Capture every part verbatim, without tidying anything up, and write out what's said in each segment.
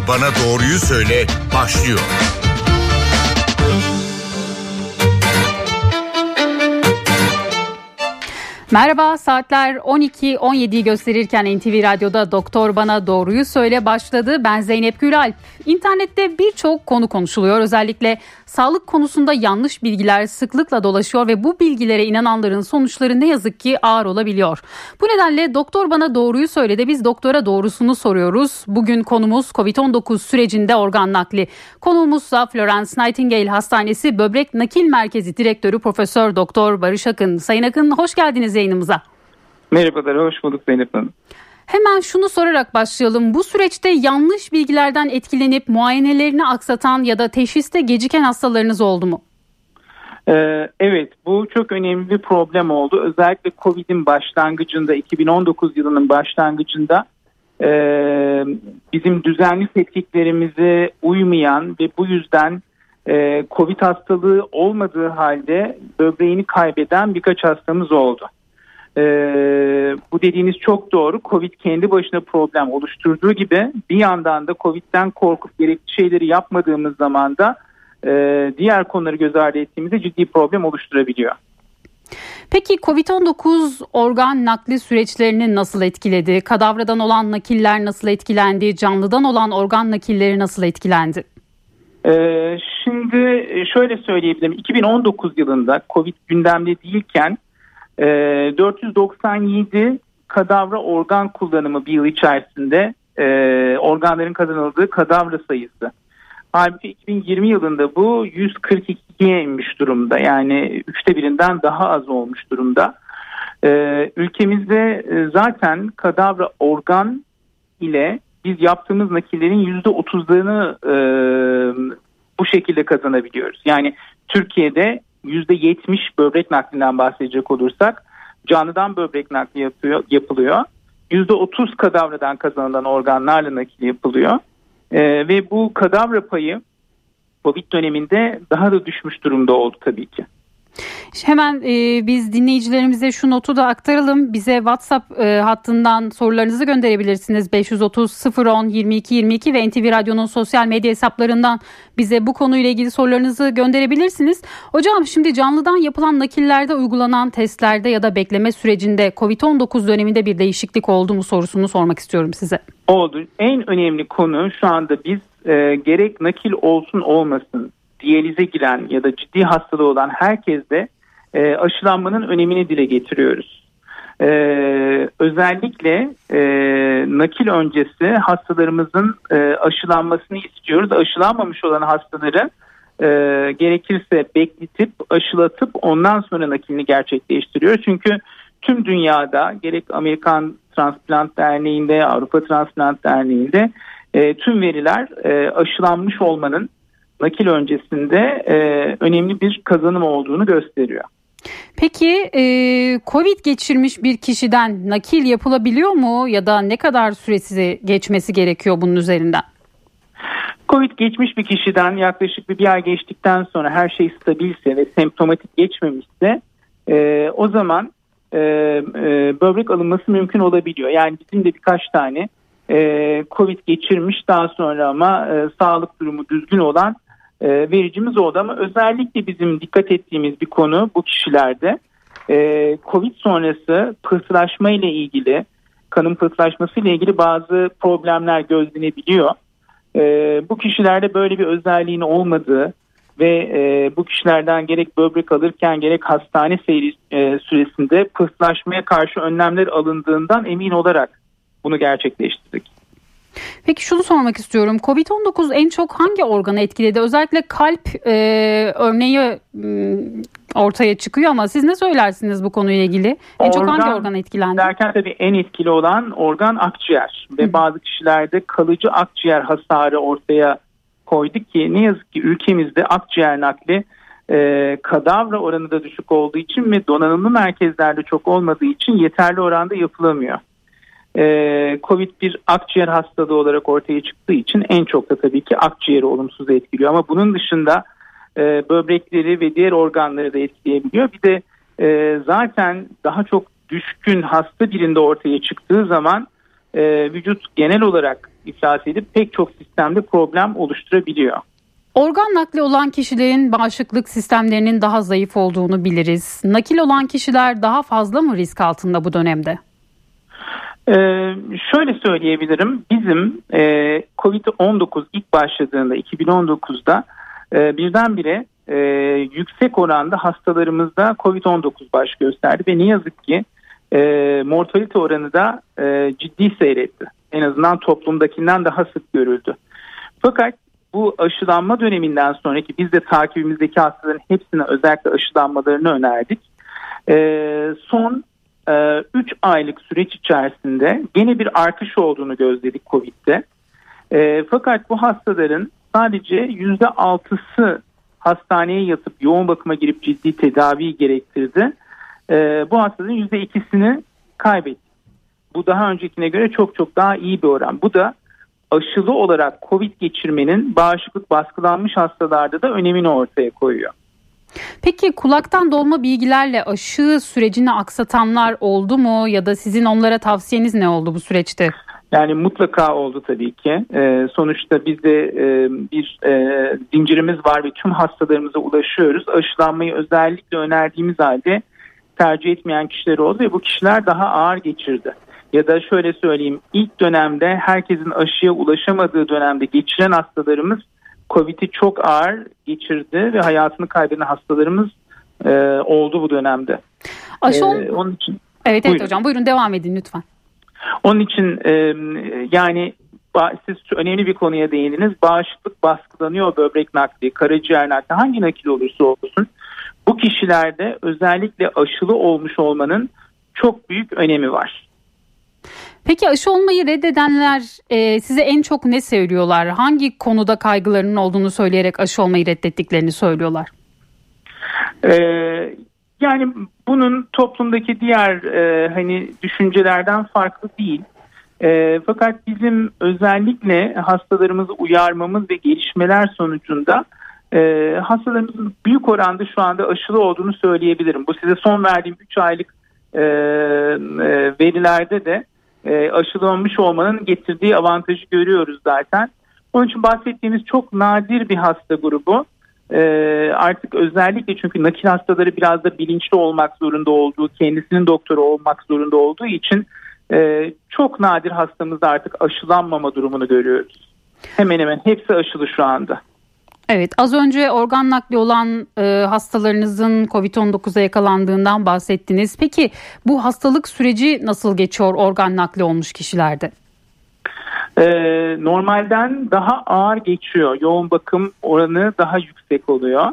Bana Doğruyu Söyle başlıyor. Merhaba, saatler on iki on yediyi gösterirken N T V Radyo'da Doktor Bana Doğruyu Söyle başladı. Ben Zeynep Gülalp. İnternette birçok konu konuşuluyor. Özellikle sağlık konusunda yanlış bilgiler sıklıkla dolaşıyor ve bu bilgilere inananların sonuçları ne yazık ki ağır olabiliyor. Bu nedenle Doktor Bana Doğruyu Söyle de biz doktora doğrusunu soruyoruz. Bugün konumuz kovid on dokuz sürecinde organ nakli. Konuğumuzsa Florence Nightingale Hastanesi Böbrek Nakil Merkezi Direktörü Profesör Doktor Barış Akın. Sayın Akın, hoş geldiniz yayınımıza. Merhabalar, hoş bulduk Zeynep Hanım. Hemen şunu sorarak başlayalım. Bu süreçte yanlış bilgilerden etkilenip muayenelerini aksatan ya da teşhiste geciken hastalarınız oldu mu? Ee, evet, bu çok önemli bir problem oldu. Özellikle Covid'in başlangıcında, iki bin on dokuz yılının başlangıcında e, bizim düzenli tetkiklerimize uymayan ve bu yüzden e, Covid hastalığı olmadığı halde böbreğini kaybeden birkaç hastamız oldu. Ee, bu dediğiniz çok doğru. Covid kendi başına problem oluşturduğu gibi bir yandan da Covid'den korkup gerekli şeyleri yapmadığımız zaman da e, diğer konuları göz ardı ettiğimizde ciddi problem oluşturabiliyor. Peki kovid on dokuz organ nakli süreçlerini nasıl etkiledi? Kadavradan olan nakiller nasıl etkilendi? Canlıdan olan organ nakilleri nasıl etkilendi? Ee, şimdi şöyle söyleyebilirim. iki bin on dokuz yılında Covid gündemde değilken dört yüz doksan yedi kadavra organ kullanımı bir yıl içerisinde e, organların kazanıldığı kadavra sayısı. Halbuki iki bin yirmi yılında bu yüz kırk ikiye inmiş durumda. Yani üçte birinden daha az olmuş durumda. E, ülkemizde e, zaten kadavra organ ile biz yaptığımız nakillerin yüzde otuzlarını e, bu şekilde kazanabiliyoruz. Yani Türkiye'de yüzde yetmiş böbrek naklinden bahsedecek olursak canlıdan böbrek nakli yapıyor, yapılıyor. yüzde otuz kadavradan kazanılan organlarla nakil yapılıyor. Ee, ve bu kadavra payı Covid döneminde daha da düşmüş durumda oldu tabii ki. Hemen e, biz dinleyicilerimize şu notu da aktaralım. Bize WhatsApp e, hattından sorularınızı gönderebilirsiniz. beş yüz otuz sıfır on yirmi iki yirmi iki ve N T V Radyo'nun sosyal medya hesaplarından bize bu konuyla ilgili sorularınızı gönderebilirsiniz. Hocam, şimdi canlıdan yapılan nakillerde uygulanan testlerde ya da bekleme sürecinde kovid on dokuz döneminde bir değişiklik oldu mu sorusunu sormak istiyorum size. Oldu. En önemli konu şu anda biz e, gerek nakil olsun olmasın, diyalize giren ya da ciddi hastalığı olan herkeste e, aşılanmanın önemini dile getiriyoruz. E, özellikle e, nakil öncesi hastalarımızın e, aşılanmasını istiyoruz. Aşılanmamış olan hastaları e, gerekirse bekletip aşılatıp ondan sonra nakilini gerçekleştiriyoruz. Çünkü tüm dünyada gerek Amerikan Transplant Derneği'nde, Avrupa Transplant Derneği'nde e, tüm veriler e, aşılanmış olmanın nakil öncesinde e, önemli bir kazanım olduğunu gösteriyor. Peki e, Covid geçirmiş bir kişiden nakil yapılabiliyor mu ya da ne kadar süresi geçmesi gerekiyor bunun üzerinden? Covid geçmiş bir kişiden yaklaşık bir, bir ay geçtikten sonra her şey stabilse ve semptomatik geçmemişse e, o zaman e, e, böbrek alınması mümkün olabiliyor. Yani bizim de birkaç tane e, Covid geçirmiş daha sonra ama e, sağlık durumu düzgün olan E, vericimiz oldu ama özellikle bizim dikkat ettiğimiz bir konu bu kişilerde e, Covid sonrası pıhtılaşma ile ilgili, kanın pıhtılaşması ile ilgili bazı problemler gözlenebiliyor. E, bu kişilerde böyle bir özelliğin olmadığı ve e, bu kişilerden gerek böbrek alırken gerek hastane seyri e, süresinde pıhtılaşmaya karşı önlemler alındığından emin olarak bunu gerçekleştirdik. Peki şunu sormak istiyorum. kovid on dokuz en çok hangi organı etkiledi? Özellikle kalp e, örneği e, ortaya çıkıyor ama siz ne söylersiniz bu konuyla ilgili? En organ, çok hangi organ etkilendi? Derken tabii en etkili olan organ akciğer. Hı. Ve bazı kişilerde kalıcı akciğer hasarı ortaya koyduk ki ne yazık ki ülkemizde akciğer nakli e, kadavra oranı da düşük olduğu için ve donanımlı merkezlerde çok olmadığı için yeterli oranda yapılamıyor. Covid bir akciğer hastalığı olarak ortaya çıktığı için en çok da tabii ki akciğeri olumsuz etkiliyor. Ama bunun dışında e, böbrekleri ve diğer organları da etkileyebiliyor. Bir de e, zaten daha çok düşkün hasta birinde ortaya çıktığı zaman e, vücut genel olarak iflas edip pek çok sistemde problem oluşturabiliyor. Organ nakli olan kişilerin bağışıklık sistemlerinin daha zayıf olduğunu biliriz. Nakil olan kişiler daha fazla mı risk altında bu dönemde? Ee, şöyle söyleyebilirim. Bizim e, kovid on dokuz ilk başladığında iki bin on dokuzda e, birdenbire e, yüksek oranda hastalarımızda kovid on dokuz baş gösterdi ve ne yazık ki e, mortalite oranı da e, ciddi seyretti. En azından toplumdakinden daha sık görüldü. Fakat bu aşılanma döneminden sonraki biz de takibimizdeki hastaların hepsine özellikle aşılanmalarını önerdik. Ee, son üç e, aylık süreç içerisinde gene bir artış olduğunu gözledik Covid'de. E, fakat bu hastaların sadece yüzde altısı hastaneye yatıp yoğun bakıma girip ciddi tedavi gerektirdi. E, bu hastaların yüzde ikisini kaybettik. Bu daha öncekine göre çok çok daha iyi bir oran. Bu da aşılı olarak Covid geçirmenin bağışıklık baskılanmış hastalarda da önemini ortaya koyuyor. Peki kulaktan dolma bilgilerle aşı sürecini aksatanlar oldu mu ya da sizin onlara tavsiyeniz ne oldu bu süreçte? Yani mutlaka oldu tabii ki. Ee, sonuçta bizde e, bir e, zincirimiz var ve tüm hastalarımıza ulaşıyoruz. Aşılanmayı özellikle önerdiğimiz halde tercih etmeyen kişiler oldu ve bu kişiler daha ağır geçirdi. Ya da şöyle söyleyeyim, ilk dönemde herkesin aşıya ulaşamadığı dönemde geçiren hastalarımız Covid'i çok ağır geçirdi ve hayatını kaybeden hastalarımız e, oldu bu dönemde. Aşı ol- ee, onun için. Evet, evet buyurun. hocam buyurun devam edin lütfen. Onun için e, yani siz önemli bir konuya değindiniz. Bağışıklık baskılanıyor, böbrek nakli, karaciğer nakli, hangi nakil olursa olsun. Bu kişilerde özellikle aşılı olmuş olmanın çok büyük önemi var. Peki aşı olmayı reddedenler e, size en çok ne söylüyorlar? Hangi konuda kaygılarının olduğunu söyleyerek aşı olmayı reddettiklerini söylüyorlar? Ee, yani bunun toplumdaki diğer e, hani düşüncelerden farklı değil. E, fakat bizim özellikle hastalarımızı uyarmamız ve gelişmeler sonucunda e, hastalarımızın büyük oranda şu anda aşılı olduğunu söyleyebilirim. Bu size son verdiğim üç aylık e, e, verilerde de e, aşılanmış olmanın getirdiği avantajı görüyoruz zaten. Onun için bahsettiğimiz çok nadir bir hasta grubu. E, artık özellikle çünkü nakil hastaları biraz da bilinçli olmak zorunda olduğu, kendisinin doktoru olmak zorunda olduğu için e, çok nadir hastamızda artık aşılanmama durumunu görüyoruz. Hemen hemen hepsi aşılı şu anda. Evet, az önce organ nakli olan e, hastalarınızın kovid on dokuza yakalandığından bahsettiniz. Peki bu hastalık süreci nasıl geçiyor organ nakli olmuş kişilerde? Ee, normalden daha ağır geçiyor. Yoğun bakım oranı daha yüksek oluyor.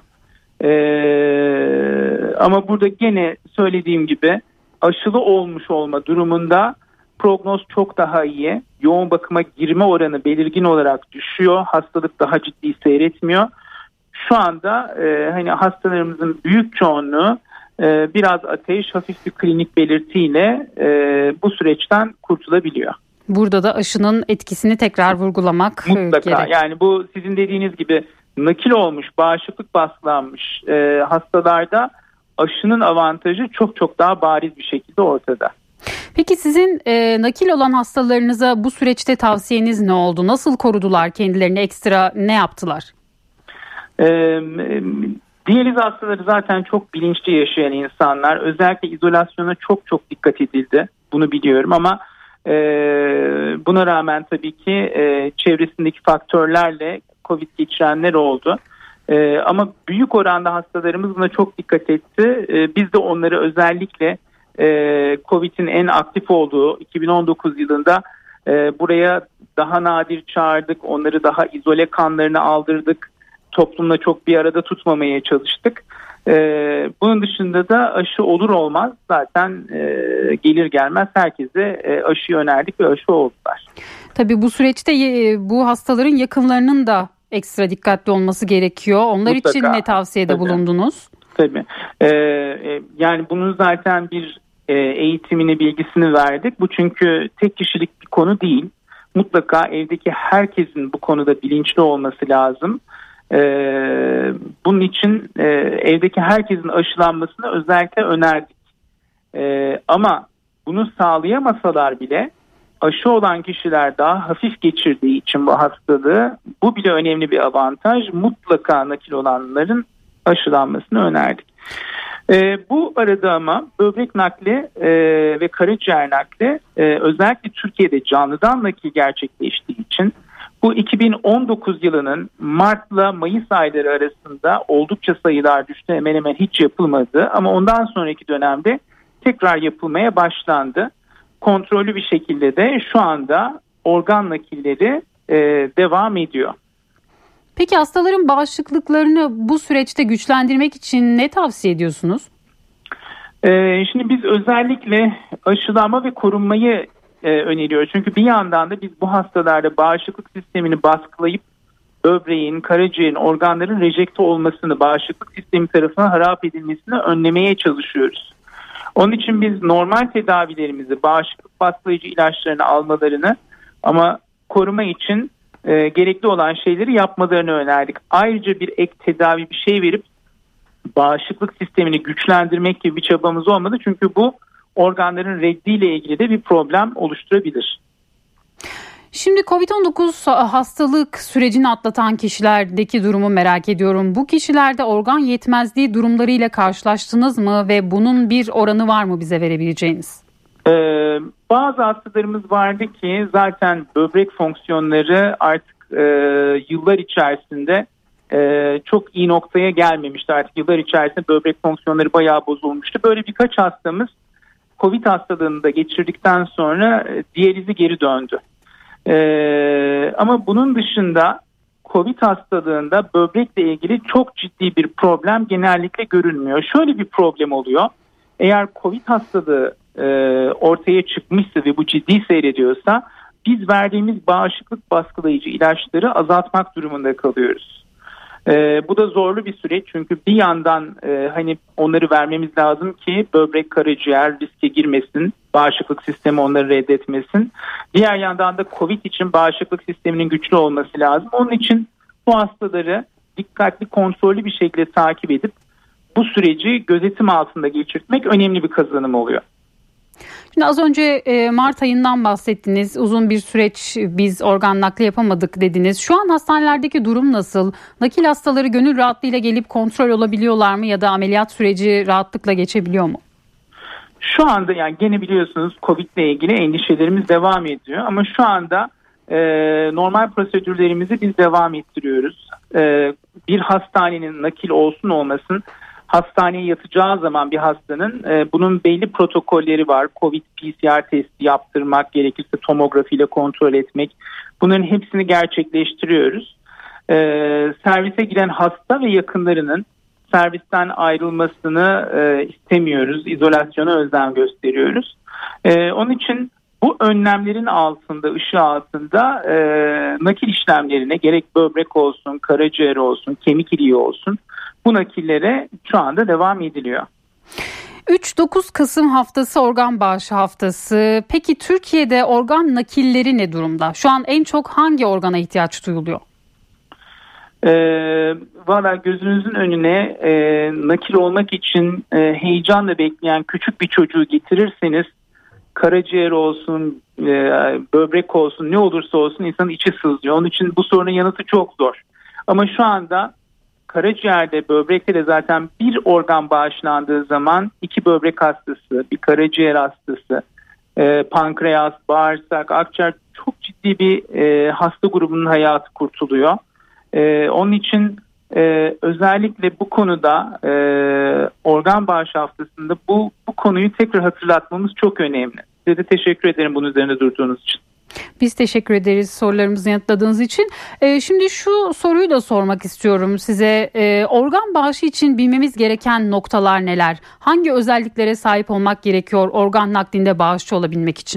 Ee, ama burada gene söylediğim gibi aşılı olmuş olma durumunda prognoz çok daha iyi. Yoğun bakıma girme oranı belirgin olarak düşüyor. Hastalık daha ciddi seyretmiyor. Şu anda e, hani hastalarımızın büyük çoğunluğu e, biraz ateş, hafif bir klinik belirtiyle e, bu süreçten kurtulabiliyor. Burada da aşının etkisini tekrar vurgulamak mutlaka gerek. Yani bu sizin dediğiniz gibi nakil olmuş, bağışıklık baskılanmış e, hastalarda aşının avantajı çok çok daha bariz bir şekilde ortada. Peki sizin e, nakil olan hastalarınıza bu süreçte tavsiyeniz ne oldu? Nasıl korudular kendilerini, ekstra ne yaptılar? E, e, diyaliz hastaları zaten çok bilinçli yaşayan insanlar. Özellikle izolasyona çok çok dikkat edildi. Bunu biliyorum ama e, buna rağmen tabii ki e, çevresindeki faktörlerle Covid geçirenler oldu. E, ama büyük oranda hastalarımız buna çok dikkat etti. E, biz de onları özellikle e, Covid'in en aktif olduğu iki bin on dokuz yılında e, buraya daha nadir çağırdık. Onları daha izole kanlarını aldırdık. Toplumla çok bir arada tutmamaya çalıştık. Ee, bunun dışında da aşı olur olmaz zaten e, gelir gelmez herkese e, aşıyı önerdik ve aşı oldular. Tabii bu süreçte e, bu hastaların yakınlarının da ekstra dikkatli olması gerekiyor. Onlar mutlaka için ne tavsiyede Tabii. bulundunuz? Tabii. Ee, e, yani bunun zaten bir e, eğitimini, bilgisini verdik. Bu çünkü tek kişilik bir konu değil. Mutlaka evdeki herkesin bu konuda bilinçli olması lazım. Ee, bunun için e, evdeki herkesin aşılanmasını özellikle önerdik. Ee, ama bunu sağlayamasalar bile aşı olan kişiler daha hafif geçirdiği için bu hastalığı, bu bile önemli bir avantaj. Mutlaka nakil olanların aşılanmasını önerdik. E, bu arada ama böbrek nakli e, ve karaciğer nakli e, özellikle Türkiye'de canlıdan nakil gerçekleştiği için bu iki bin on dokuz yılının Mart'la Mayıs ayları arasında oldukça sayılar düştü. Hemen hemen hiç yapılmadı ama ondan sonraki dönemde tekrar yapılmaya başlandı. Kontrollü bir şekilde de şu anda organ nakilleri e, devam ediyor. Peki hastaların bağışıklıklarını bu süreçte güçlendirmek için ne tavsiye ediyorsunuz? Ee, şimdi biz özellikle aşılama ve korunmayı e, öneriyoruz. Çünkü bir yandan da biz bu hastalarda bağışıklık sistemini baskılayıp böbreğin, karaciğerin, organların rejekte olmasını, bağışıklık sistemi tarafından harap edilmesini önlemeye çalışıyoruz. Onun için biz normal tedavilerimizi, bağışıklık baskılayıcı ilaçlarını almalarını ama koruma için e, gerekli olan şeyleri yapmalarını önerdik. Ayrıca bir ek tedavi bir şey verip bağışıklık sistemini güçlendirmek gibi bir çabamız olmadı. Çünkü bu organların reddiyle ilgili de bir problem oluşturabilir. Şimdi kovid on dokuz hastalık sürecini atlatan kişilerdeki durumu merak ediyorum. Bu kişilerde organ yetmezliği durumlarıyla karşılaştınız mı ve bunun bir oranı var mı bize verebileceğiniz? Ee, bazı hastalarımız vardı ki zaten böbrek fonksiyonları artık e, yıllar içerisinde e, çok iyi noktaya gelmemişti. Artık yıllar içerisinde böbrek fonksiyonları bayağı bozulmuştu. Böyle birkaç hastamız Covid hastalığını da geçirdikten sonra e, diyalizi geri döndü. Ee, ama bunun dışında Covid hastalığında böbrekle ilgili çok ciddi bir problem genellikle görünmüyor. Şöyle bir problem oluyor. Eğer Covid hastalığı e, ortaya çıkmışsa ve bu ciddi seyrediyorsa biz verdiğimiz bağışıklık baskılayıcı ilaçları azaltmak durumunda kalıyoruz. Ee, bu da zorlu bir süreç çünkü bir yandan e, hani onları vermemiz lazım ki böbrek, karaciğer riske girmesin, bağışıklık sistemi onları reddetmesin. Diğer yandan da Covid için bağışıklık sisteminin güçlü olması lazım. Onun için bu hastaları dikkatli, kontrollü bir şekilde takip edip bu süreci gözetim altında geçirtmek önemli bir kazanım oluyor. Şimdi az önce Mart ayından bahsettiniz. Uzun bir süreç biz organ nakli yapamadık dediniz. Şu an hastanelerdeki durum nasıl? Nakil hastaları gönül rahatlığıyla gelip kontrol olabiliyorlar mı ya da ameliyat süreci rahatlıkla geçebiliyor mu? Şu anda yani gene biliyorsunuz Covid ile ilgili endişelerimiz devam ediyor. Ama şu anda e, normal prosedürlerimizi biz devam ettiriyoruz. E, bir hastanenin nakil olsun olmasın hastaneye yatacağı zaman bir hastanın e, bunun belli protokolleri var. Covid P C R testi yaptırmak, gerekirse tomografiyle kontrol etmek. Bunların hepsini gerçekleştiriyoruz. E, servise giren hasta ve yakınlarının servisten ayrılmasını e, istemiyoruz. İzolasyona özen gösteriyoruz. E, onun için bu önlemlerin altında, ışığı altında e, nakil işlemlerine gerek böbrek olsun, karaciğer olsun, kemik iliği olsun bu nakillere şu anda devam ediliyor. üç dokuz Kasım haftası organ bağışı haftası. Peki Türkiye'de organ nakilleri ne durumda? Şu an en çok hangi organa ihtiyaç duyuluyor? E, Valla gözünüzün önüne e, nakil olmak için e, heyecanla bekleyen küçük bir çocuğu getirirseniz karaciğer olsun, e, böbrek olsun ne olursa olsun insanın içi sızlıyor. Onun için bu sorunun yanıtı çok zor. Ama şu anda karaciğerde, böbrekte de zaten bir organ bağışlandığı zaman iki böbrek hastası, bir karaciğer hastası, e, pankreas, bağırsak, akciğer çok ciddi bir e, hasta grubunun hayatı kurtuluyor. E, onun için e, özellikle bu konuda e, organ bağışı haftasında bu, bu konuyu tekrar hatırlatmamız çok önemli. Size de teşekkür ederim bunun üzerinde durduğunuz için. Biz teşekkür ederiz sorularımızı yanıtladığınız için. Ee, şimdi şu soruyu da sormak istiyorum size. Ee, organ bağışı için bilmemiz gereken noktalar neler? Hangi özelliklere sahip olmak gerekiyor organ naklinde bağışçı olabilmek için?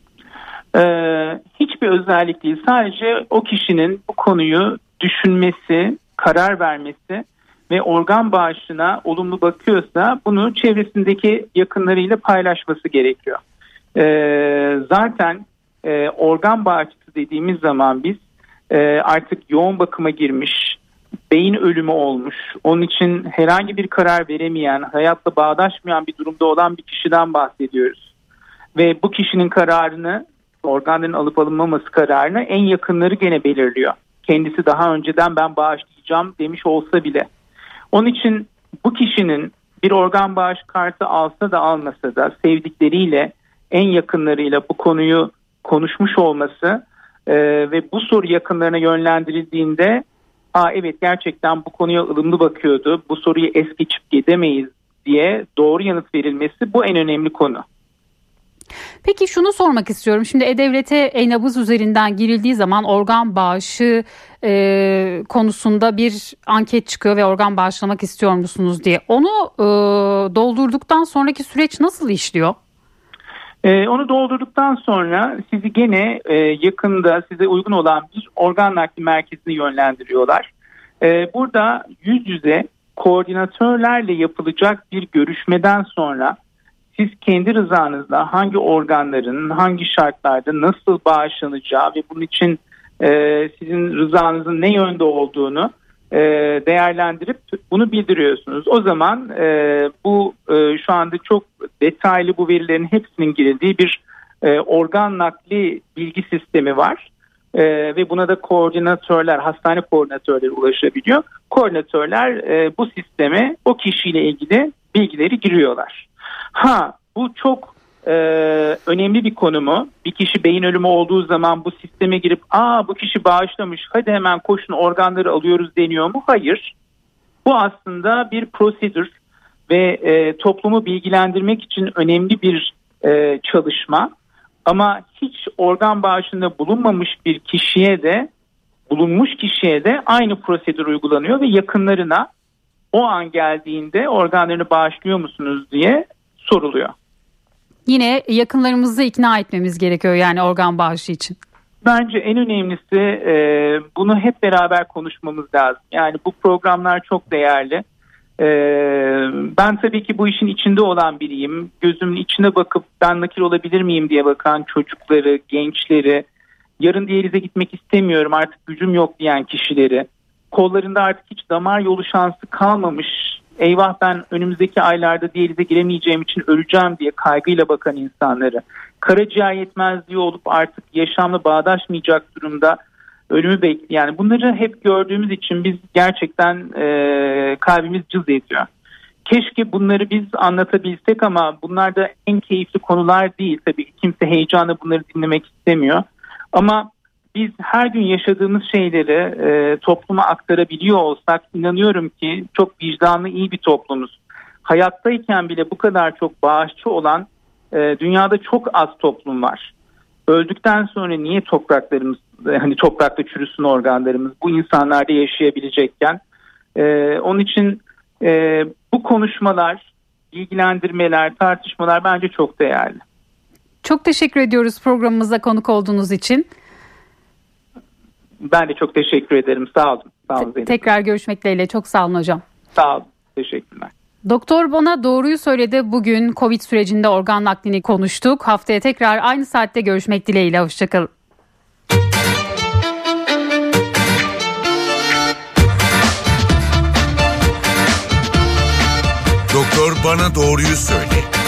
Ee, hiçbir özellik değil. Sadece o kişinin bu konuyu düşünmesi, karar vermesi ve organ bağışına olumlu bakıyorsa bunu çevresindeki yakınlarıyla paylaşması gerekiyor. Ee, zaten e, organ bağışçısı dediğimiz zaman biz e, artık yoğun bakıma girmiş, beyin ölümü olmuş, onun için herhangi bir karar veremeyen, hayatla bağdaşmayan bir durumda olan bir kişiden bahsediyoruz. Ve bu kişinin kararını organların alıp alınmaması kararını en yakınları gene belirliyor. Kendisi daha önceden ben bağışlayacağım demiş olsa bile. Onun için bu kişinin bir organ bağış kartı alsa da almasa da sevdikleriyle, en yakınlarıyla bu konuyu konuşmuş olması e, ve bu soru yakınlarına yönlendirildiğinde Aa, evet gerçekten bu konuya ılımlı bakıyordu, bu soruyu es geçip gidemeyiz diye doğru yanıt verilmesi bu en önemli konu. Peki şunu sormak istiyorum. Şimdi E-Devlet'e e-nabız üzerinden girildiği zaman organ bağışı e, konusunda bir anket çıkıyor ve organ bağışlamak istiyor musunuz diye. Onu e, doldurduktan sonraki süreç nasıl işliyor? E, onu doldurduktan sonra sizi gene e, yakında size uygun olan bir organ nakli merkezine yönlendiriyorlar. E, burada yüz yüze koordinatörlerle yapılacak bir görüşmeden sonra siz kendi rızanızla hangi organların hangi şartlarda nasıl bağışlanacağı ve bunun için e, sizin rızanızın ne yönde olduğunu e, değerlendirip bunu bildiriyorsunuz. O zaman e, bu e, şu anda çok detaylı bu verilerin hepsinin girildiği bir e, organ nakli bilgi sistemi var. E, ve buna da koordinatörler, hastane koordinatörleri ulaşabiliyor. Koordinatörler e, bu sisteme o kişiyle ilgili bilgileri giriyorlar. Ha bu çok e, önemli bir konu mu? Bir kişi beyin ölümü olduğu zaman bu sisteme girip aa bu kişi bağışlamış hadi hemen koşun organları alıyoruz deniyor mu? Hayır. Bu aslında bir prosedür ve e, toplumu bilgilendirmek için önemli bir e, çalışma. Ama hiç organ bağışında bulunmamış bir kişiye de bulunmuş kişiye de aynı prosedür uygulanıyor ve yakınlarına o an geldiğinde organlarını bağışlıyor musunuz diye soruluyor. Yine yakınlarımızı ikna etmemiz gerekiyor yani organ bağışı için. Bence en önemlisi e, bunu hep beraber konuşmamız lazım. Yani bu programlar çok değerli. E, ben tabii ki bu işin içinde olan biriyim. Gözümün içine bakıp ben nakil olabilir miyim diye bakan çocukları, gençleri, yarın diyalize gitmek istemiyorum artık gücüm yok diyen kişileri, kollarında artık hiç damar yolu şansı kalmamış, eyvah ben önümüzdeki aylarda diyalize giremeyeceğim için öleceğim diye kaygıyla bakan insanları, karaciğer yetmezliği olup artık yaşamla bağdaşmayacak durumda ölümü bekleyen, yani bunları hep gördüğümüz için biz gerçekten e, kalbimiz cız ediyor. Keşke bunları biz anlatabilsek ama bunlar da en keyifli konular değil. Tabii kimse heyecanla bunları dinlemek istemiyor. Ama biz her gün yaşadığımız şeyleri e, topluma aktarabiliyor olsak inanıyorum ki çok vicdanlı iyi bir toplumuz. Hayattayken bile bu kadar çok bağışçı olan e, dünyada çok az toplum var. Öldükten sonra niye topraklarımız hani toprakta çürüsün organlarımız bu insanlarda yaşayabilecekken e, onun için e, bu konuşmalar, bilgilendirmeler, tartışmalar bence çok değerli. Çok teşekkür ediyoruz programımıza konuk olduğunuz için. Ben de çok teşekkür ederim. Sağ olun. Sağ olun. Te- tekrar görüşmek dileğiyle. Çok sağ olun hocam. Sağ olun. Teşekkürler. Doktor bana doğruyu söyledi. Bugün Covid sürecinde organ naklini konuştuk. Haftaya tekrar aynı saatte görüşmek dileğiyle. Hoşçakalın. Doktor bana doğruyu söyle.